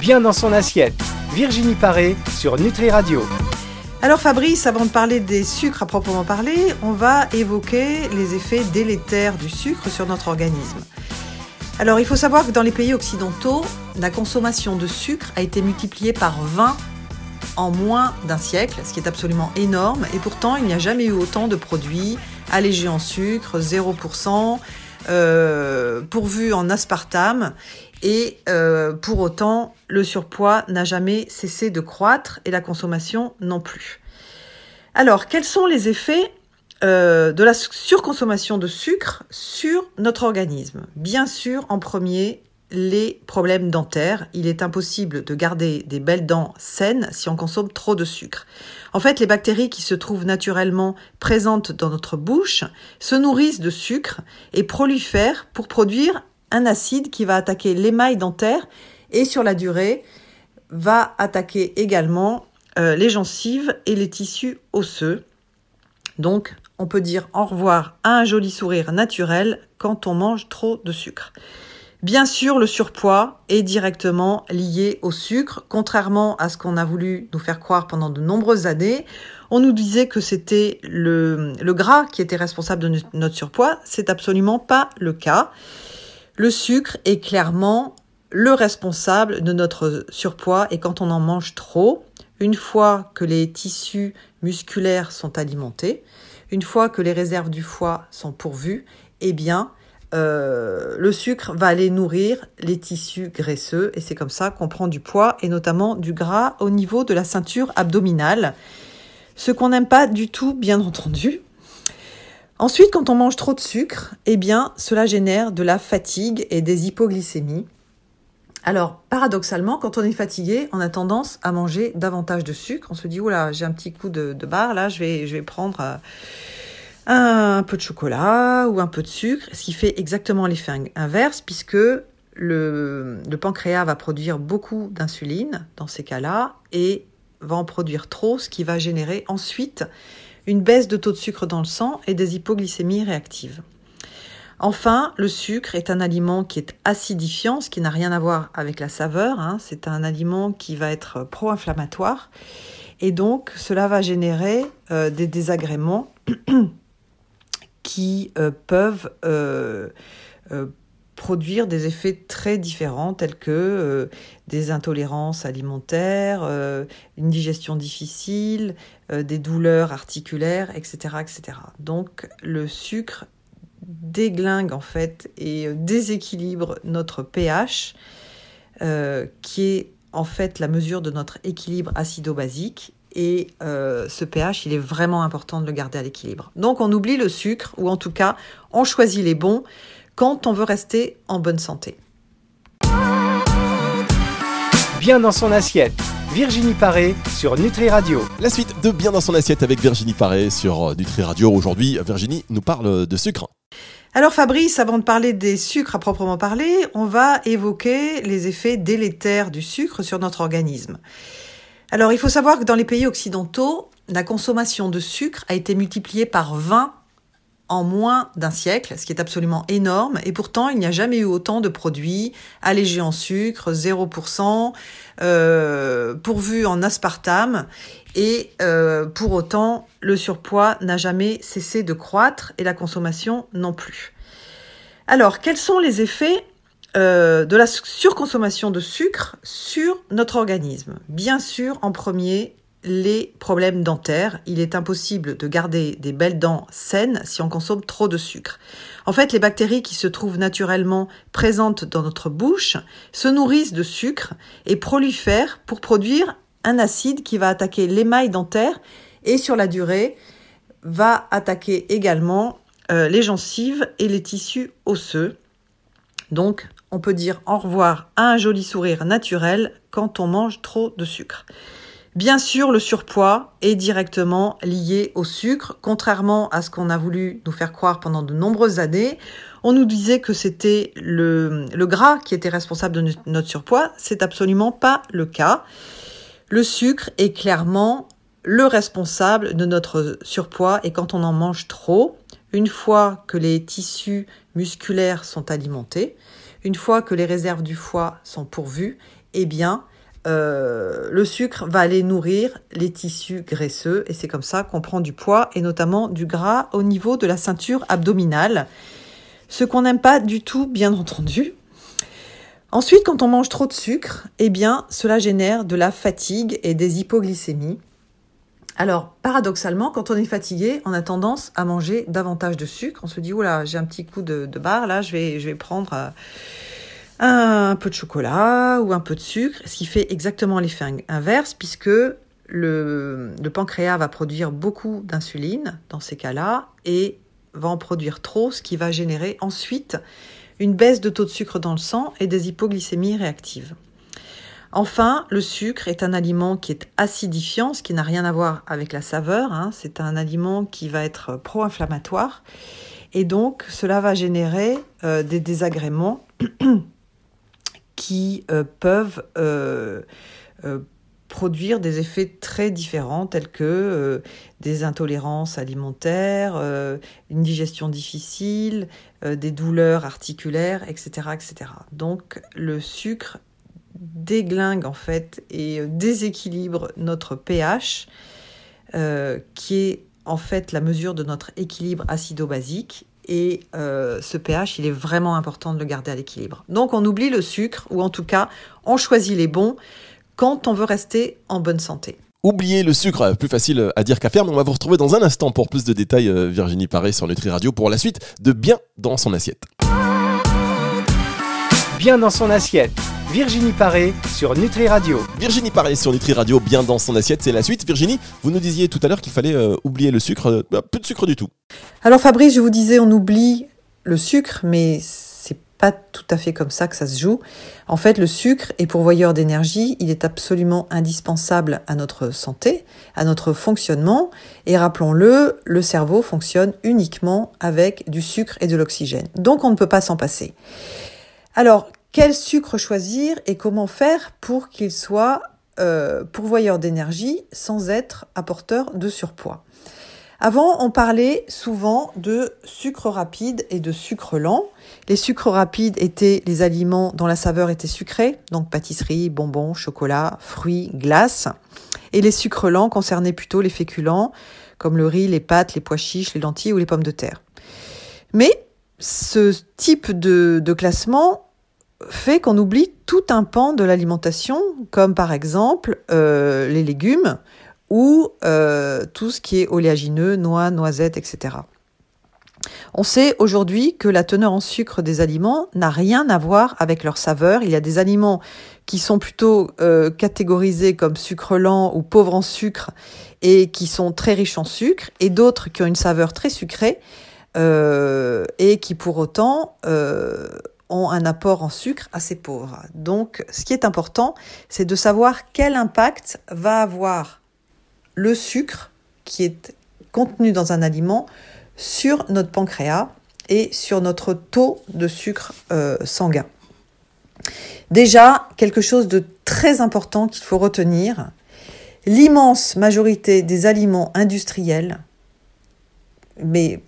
Bien dans son assiette. Virginie Paré sur Nutri Radio. Alors Fabrice, avant de parler des sucres à proprement parler, on va évoquer les effets délétères du sucre sur notre organisme. Alors il faut savoir que dans les pays occidentaux, la consommation de sucre a été multipliée par 20 en moins d'un siècle, ce qui est absolument énorme, et pourtant il n'y a jamais eu autant de produits allégés en sucre, 0%, pourvus en aspartame, et pour autant le surpoids n'a jamais cessé de croître et la consommation non plus. Alors quels sont les effets de la surconsommation de sucre sur notre organisme? Bien sûr, en premier, les problèmes dentaires. Il est impossible de garder des belles dents saines si on consomme trop de sucre. En fait, les bactéries qui se trouvent naturellement présentes dans notre bouche se nourrissent de sucre et prolifèrent pour produire un acide qui va attaquer l'émail dentaire et sur la durée va attaquer également les gencives et les tissus osseux. Donc, on peut dire au revoir à un joli sourire naturel quand on mange trop de sucre. Bien sûr, le surpoids est directement lié au sucre, contrairement à ce qu'on a voulu nous faire croire pendant de nombreuses années. On nous disait que c'était le gras qui était responsable de notre surpoids. C'est absolument pas le cas. Le sucre est clairement le responsable de notre surpoids et quand on en mange trop, une fois que les tissus musculaires sont alimentés, une fois que les réserves du foie sont pourvues, eh bien, le sucre va aller nourrir les tissus graisseux et c'est comme ça qu'on prend du poids et notamment du gras au niveau de la ceinture abdominale, ce qu'on n'aime pas du tout, bien entendu. Ensuite, quand on mange trop de sucre, eh bien, cela génère de la fatigue et des hypoglycémies. Alors, paradoxalement, quand on est fatigué, on a tendance à manger davantage de sucre. On se dit, oula, j'ai un petit coup de barre, là, je vais prendre un peu de chocolat ou un peu de sucre, ce qui fait exactement l'effet inverse, puisque le pancréas va produire beaucoup d'insuline dans ces cas-là et va en produire trop, ce qui va générer ensuite une baisse de taux de sucre dans le sang et des hypoglycémies réactives. Enfin, le sucre est un aliment qui est acidifiant, ce qui n'a rien à voir avec la saveur. C'est un aliment qui va être pro-inflammatoire. Et donc, cela va générer des désagréments qui peuvent produire des effets très différents, tels que des intolérances alimentaires, une digestion difficile, des douleurs articulaires, etc., etc. Donc, le sucre déglingue en fait et déséquilibre notre pH, qui est en fait la mesure de notre équilibre acido-basique. Et ce pH, il est vraiment important de le garder à l'équilibre. Donc on oublie le sucre, ou en tout cas, on choisit les bons quand on veut rester en bonne santé. Bien dans son assiette. Virginie Paré sur Nutri Radio. La suite de Bien dans son assiette avec Virginie Paré sur Nutri Radio. Aujourd'hui, Virginie nous parle de sucre. Alors Fabrice, avant de parler des sucres à proprement parler, on va évoquer les effets délétères du sucre sur notre organisme. Alors il faut savoir que dans les pays occidentaux, la consommation de sucre a été multipliée par 20 en moins d'un siècle, ce qui est absolument énorme, et pourtant il n'y a jamais eu autant de produits allégés en sucre, 0%, pourvus en aspartame, et pour autant le surpoids n'a jamais cessé de croître et la consommation non plus. Alors quels sont les effets de la surconsommation de sucre sur notre organisme? Bien sûr, en premier, les problèmes dentaires. Il est impossible de garder des belles dents saines si on consomme trop de sucre. En fait, les bactéries qui se trouvent naturellement présentes dans notre bouche se nourrissent de sucre et prolifèrent pour produire un acide qui va attaquer l'émail dentaire et sur la durée va attaquer également les gencives et les tissus osseux. Donc, on peut dire au revoir à un joli sourire naturel quand on mange trop de sucre. Bien sûr, le surpoids est directement lié au sucre, contrairement à ce qu'on a voulu nous faire croire pendant de nombreuses années. On nous disait que c'était le gras qui était responsable de notre surpoids. C'est absolument pas le cas. Le sucre est clairement le responsable de notre surpoids et quand on en mange trop, une fois que les tissus musculaires sont alimentés, une fois que les réserves du foie sont pourvues, eh bien, le sucre va aller nourrir les tissus graisseux et c'est comme ça qu'on prend du poids et notamment du gras au niveau de la ceinture abdominale, ce qu'on n'aime pas du tout, bien entendu. Ensuite, quand on mange trop de sucre, eh bien, cela génère de la fatigue et des hypoglycémies. Alors, paradoxalement, quand on est fatigué, on a tendance à manger davantage de sucre. On se dit, oula, j'ai un petit coup de barre, là, je vais prendre un peu de chocolat ou un peu de sucre, ce qui fait exactement l'effet inverse, puisque le pancréas va produire beaucoup d'insuline dans ces cas-là et va en produire trop, ce qui va générer ensuite une baisse de taux de sucre dans le sang et des hypoglycémies réactives. Enfin, le sucre est un aliment qui est acidifiant, ce qui n'a rien à voir avec la saveur. C'est un aliment qui va être pro-inflammatoire. Et donc, cela va générer des désagréments qui peuvent produire des effets très différents, tels que des intolérances alimentaires, une digestion difficile, des douleurs articulaires, etc., etc. Donc, le sucre déglingue en fait et déséquilibre notre pH, qui est en fait la mesure de notre équilibre acido-basique. Et ce pH, il est vraiment important de le garder à l'équilibre. Donc on oublie le sucre, ou en tout cas, on choisit les bons quand on veut rester en bonne santé. Oubliez le sucre, plus facile à dire qu'à faire, mais on va vous retrouver dans un instant pour plus de détails, Virginie Paré sur Nutri Radio, pour la suite de Bien dans son assiette. Bien dans son assiette. Virginie Paré sur Nutri Radio. Virginie Paré sur Nutri Radio, bien dans son assiette, c'est la suite. Virginie, vous nous disiez tout à l'heure qu'il fallait oublier le sucre, peu de sucre du tout. Alors Fabrice, je vous disais on oublie le sucre, mais c'est pas tout à fait comme ça que ça se joue. En fait, le sucre est pourvoyeur d'énergie, il est absolument indispensable à notre santé, à notre fonctionnement. Et rappelons-le, le cerveau fonctionne uniquement avec du sucre et de l'oxygène. Donc on ne peut pas s'en passer. Alors, quel sucre choisir et comment faire pour qu'il soit pourvoyeur d'énergie sans être apporteur de surpoids? Avant, on parlait souvent de sucre rapide et de sucre lent. Les sucres rapides étaient les aliments dont la saveur était sucrée, donc pâtisserie, bonbons, chocolat, fruits, glaces. Et les sucres lents concernaient plutôt les féculents, comme le riz, les pâtes, les pois chiches, les lentilles ou les pommes de terre. Mais ce type de classement fait qu'on oublie tout un pan de l'alimentation, comme par exemple les légumes ou tout ce qui est oléagineux, noix, noisettes, etc. On sait aujourd'hui que la teneur en sucre des aliments n'a rien à voir avec leur saveur. Il y a des aliments qui sont plutôt catégorisés comme sucre lent ou pauvres en sucre et qui sont très riches en sucre, et d'autres qui ont une saveur très sucrée et qui pour autant ont un apport en sucre assez pauvre. Donc, ce qui est important, c'est de savoir quel impact va avoir le sucre qui est contenu dans un aliment sur notre pancréas et sur notre taux de sucre sanguin. Déjà, quelque chose de très important qu'il faut retenir, l'immense majorité des aliments industriels, mais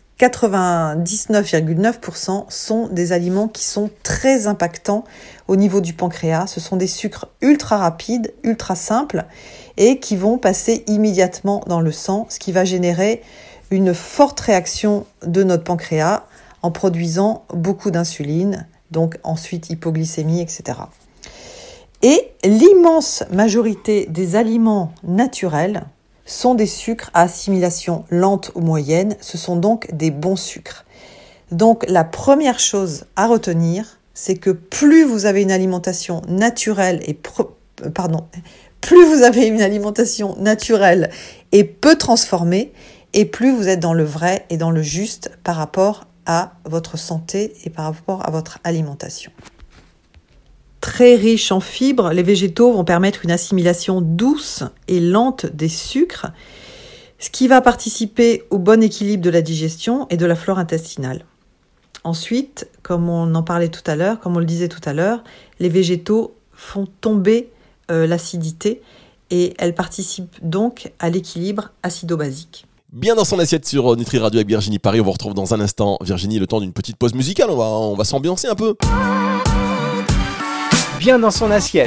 99,9% sont des aliments qui sont très impactants au niveau du pancréas. Ce sont des sucres ultra rapides, ultra simples et qui vont passer immédiatement dans le sang, ce qui va générer une forte réaction de notre pancréas en produisant beaucoup d'insuline, donc ensuite hypoglycémie, etc. Et l'immense majorité des aliments naturels sont des sucres à assimilation lente ou moyenne, ce sont donc des bons sucres. Donc la première chose à retenir, c'est que plus vous avez une alimentation naturelle et plus vous avez une alimentation naturelle et peu transformée, et plus vous êtes dans le vrai et dans le juste par rapport à votre santé et par rapport à votre alimentation. Très riches en fibres, les végétaux vont permettre une assimilation douce et lente des sucres, ce qui va participer au bon équilibre de la digestion et de la flore intestinale. Ensuite, comme on en parlait tout à l'heure, comme on le disait tout à l'heure, les végétaux font tomber l'acidité et elles participent donc à l'équilibre acido-basique. Bien dans son assiette sur Nutri Radio avec Virginie Paré. On vous retrouve dans un instant. Virginie, le temps d'une petite pause musicale. On va s'ambiancer un peu. Bien dans son assiette.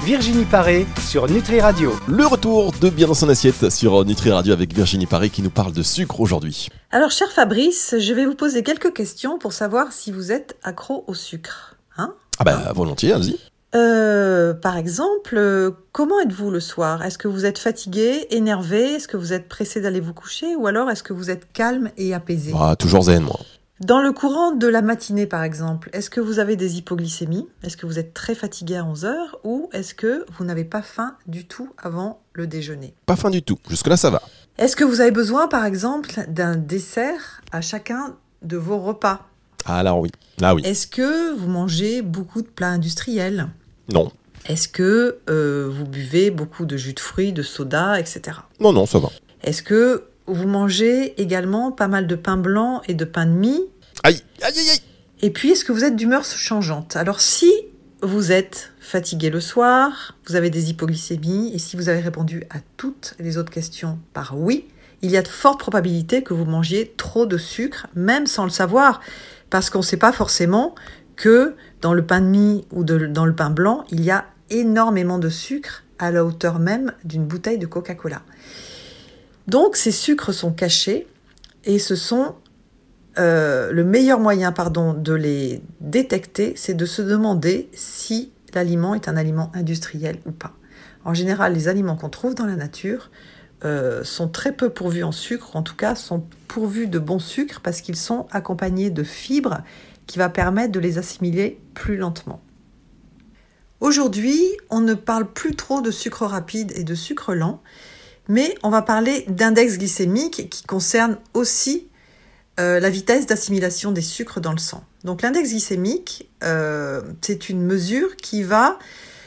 Virginie Paré sur Nutri Radio. Le retour de Bien dans son assiette sur Nutri Radio avec Virginie Paré qui nous parle de sucre aujourd'hui. Alors, cher Fabrice, je vais vous poser quelques questions pour savoir si vous êtes accro au sucre. Volontiers, allez-y. Par exemple, comment êtes-vous le soir ? Est-ce que vous êtes fatigué, énervé ? Est-ce que vous êtes pressé d'aller vous coucher ? Ou alors est-ce que vous êtes calme et apaisé ? Toujours zen, moi. Dans le courant de la matinée, par exemple, est-ce que vous avez des hypoglycémies ? Est-ce que vous êtes très fatigué à 11h ? Ou est-ce que vous n'avez pas faim du tout avant le déjeuner ? Pas faim du tout, jusque-là ça va. Est-ce que vous avez besoin, par exemple, d'un dessert à chacun de vos repas ? Ah là oui. Est-ce que vous mangez beaucoup de plats industriels ? Non. Est-ce que vous buvez beaucoup de jus de fruits, de soda, etc. ? Non, ça va. Est-ce que vous mangez également pas mal de pain blanc et de pain de mie ? Aïe. Et puis, est-ce que vous êtes d'humeur changeante ? Alors, si vous êtes fatigué le soir, vous avez des hypoglycémies, et si vous avez répondu à toutes les autres questions par oui, il y a de fortes probabilités que vous mangiez trop de sucre, même sans le savoir, parce qu'on ne sait pas forcément que dans le pain de mie ou dans le pain blanc, il y a énormément de sucre à la hauteur même d'une bouteille de Coca-Cola. Donc, ces sucres sont cachés et ce sont le meilleur moyen de les détecter, c'est de se demander si l'aliment est un aliment industriel ou pas. En général, les aliments qu'on trouve dans la nature sont très peu pourvus en sucre, ou en tout cas sont pourvus de bons sucres parce qu'ils sont accompagnés de fibres qui va permettre de les assimiler plus lentement. Aujourd'hui, on ne parle plus trop de sucre rapide et de sucre lent, mais on va parler d'index glycémique qui concerne aussi la vitesse d'assimilation des sucres dans le sang. Donc l'index glycémique, c'est une mesure qui va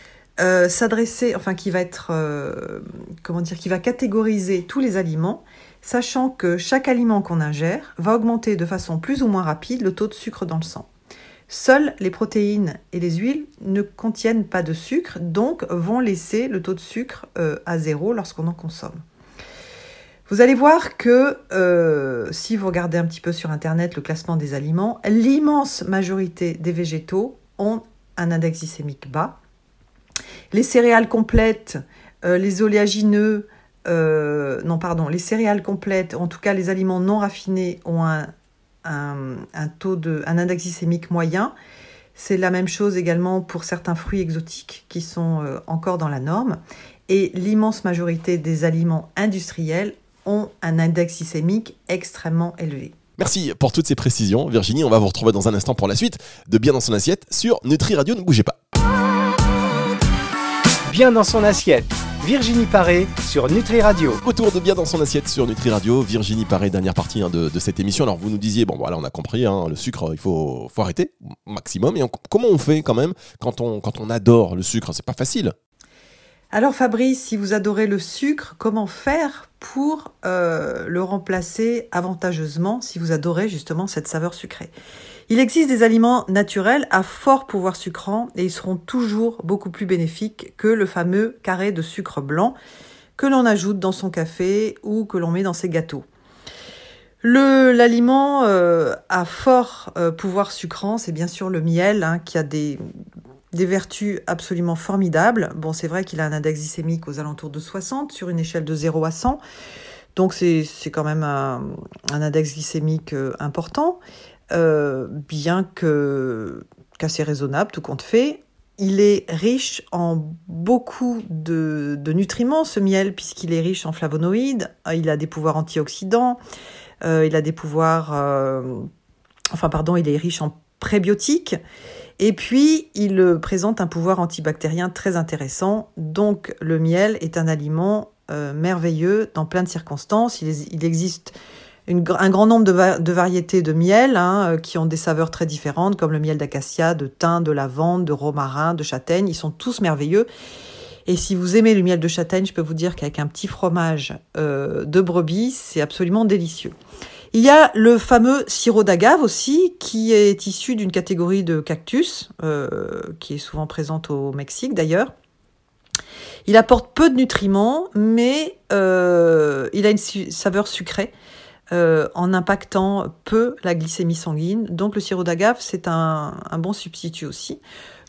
qui va catégoriser tous les aliments, sachant que chaque aliment qu'on ingère va augmenter de façon plus ou moins rapide le taux de sucre dans le sang. Seules les protéines et les huiles ne contiennent pas de sucre, donc vont laisser le taux de sucre à zéro lorsqu'on en consomme. Vous allez voir que si vous regardez un petit peu sur Internet le classement des aliments, l'immense majorité des végétaux ont un index glycémique bas. Les céréales complètes, les oléagineux, les céréales complètes, en tout cas les aliments non raffinés ont un index glycémique moyen. C'est la même chose également pour certains fruits exotiques qui sont encore dans la norme. Et l'immense majorité des aliments industriels ont un index glycémique extrêmement élevé. Merci pour toutes ces précisions, Virginie. On va vous retrouver dans un instant pour la suite de Bien dans son assiette sur Nutri Radio. Ne bougez pas. Bien dans son assiette. Virginie Paré sur Nutri Radio. Retour de Bien dans son assiette sur Nutri Radio. Virginie Paré, dernière partie de cette émission. Alors vous nous disiez, on a compris, le sucre, il faut arrêter au maximum. Et comment on fait quand même quand on adore le sucre ? C'est pas facile. Alors Fabrice, si vous adorez le sucre, comment faire pour le remplacer avantageusement si vous adorez justement cette saveur sucrée ? Il existe des aliments naturels à fort pouvoir sucrant et ils seront toujours beaucoup plus bénéfiques que le fameux carré de sucre blanc que l'on ajoute dans son café ou que l'on met dans ses gâteaux. L'aliment à fort pouvoir sucrant, c'est bien sûr le miel qui a des vertus absolument formidables. Bon, c'est vrai qu'il a un index glycémique aux alentours de 60 sur une échelle de 0 à 100. Donc c'est quand même un index glycémique important. Bien qu'assez raisonnable, tout compte fait. Il est riche en beaucoup de nutriments, ce miel, puisqu'il est riche en flavonoïdes, il a des pouvoirs antioxydants, il a des pouvoirs... il est riche en prébiotiques, et puis il présente un pouvoir antibactérien très intéressant. Donc le miel est un aliment merveilleux dans plein de circonstances. Il existe un grand nombre de variétés de miel qui ont des saveurs très différentes, comme le miel d'acacia, de thym, de lavande, de romarin, de châtaigne. Ils sont tous merveilleux. Et si vous aimez le miel de châtaigne, je peux vous dire qu'avec un petit fromage de brebis, c'est absolument délicieux. Il y a le fameux sirop d'agave aussi, qui est issu d'une catégorie de cactus, qui est souvent présente au Mexique d'ailleurs. Il apporte peu de nutriments, mais il a une saveur sucrée, en impactant peu la glycémie sanguine. Donc le sirop d'agave, c'est un bon substitut aussi.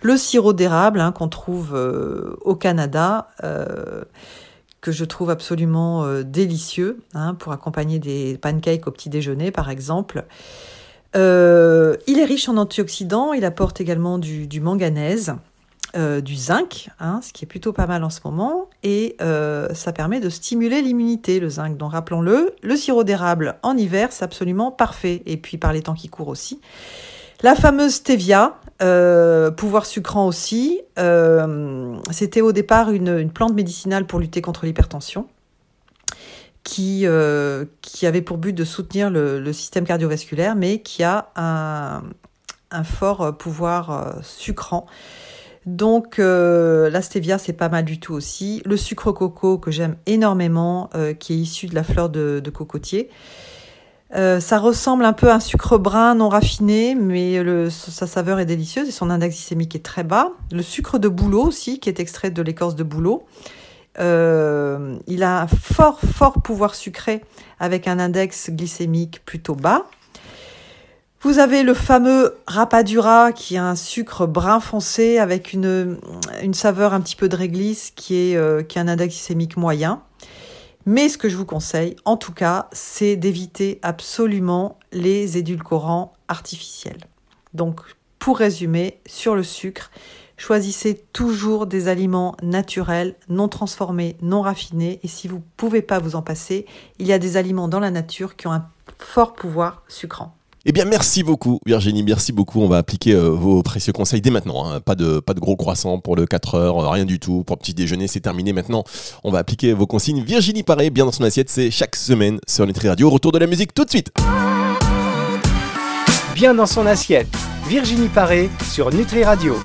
Le sirop d'érable qu'on trouve au Canada, que je trouve absolument délicieux, pour accompagner des pancakes au petit déjeuner par exemple. Il est riche en antioxydants, il apporte également du manganèse, du zinc, ce qui est plutôt pas mal en ce moment, et ça permet de stimuler l'immunité, le zinc. Donc rappelons-le, le sirop d'érable en hiver, c'est absolument parfait, et puis par les temps qui courent aussi. La fameuse stevia, pouvoir sucrant aussi, c'était au départ une plante médicinale pour lutter contre l'hypertension, qui avait pour but de soutenir le système cardiovasculaire, mais qui a un fort pouvoir sucrant. Donc la stevia, c'est pas mal du tout aussi. Le sucre coco, que j'aime énormément, qui est issu de la fleur de cocotier. Ça ressemble un peu à un sucre brun non raffiné, mais sa saveur est délicieuse et son index glycémique est très bas. Le sucre de bouleau aussi, qui est extrait de l'écorce de bouleau. Il a un fort pouvoir sucré avec un index glycémique plutôt bas. Vous avez le fameux rapadura, qui est un sucre brun foncé avec une saveur un petit peu de réglisse, qui a un index glycémique moyen. Mais ce que je vous conseille, en tout cas, c'est d'éviter absolument les édulcorants artificiels. Donc, pour résumer, sur le sucre, choisissez toujours des aliments naturels, non transformés, non raffinés. Et si vous ne pouvez pas vous en passer, il y a des aliments dans la nature qui ont un fort pouvoir sucrant. Eh bien, merci beaucoup Virginie, merci beaucoup. On va appliquer vos précieux conseils dès maintenant. Pas de gros croissants pour le 4 heures, rien du tout. Pour le petit déjeuner, c'est terminé maintenant. On va appliquer vos consignes. Virginie Paré, bien dans son assiette, c'est chaque semaine sur Nutri Radio. Retour de la musique tout de suite. Bien dans son assiette, Virginie Paré sur Nutri Radio.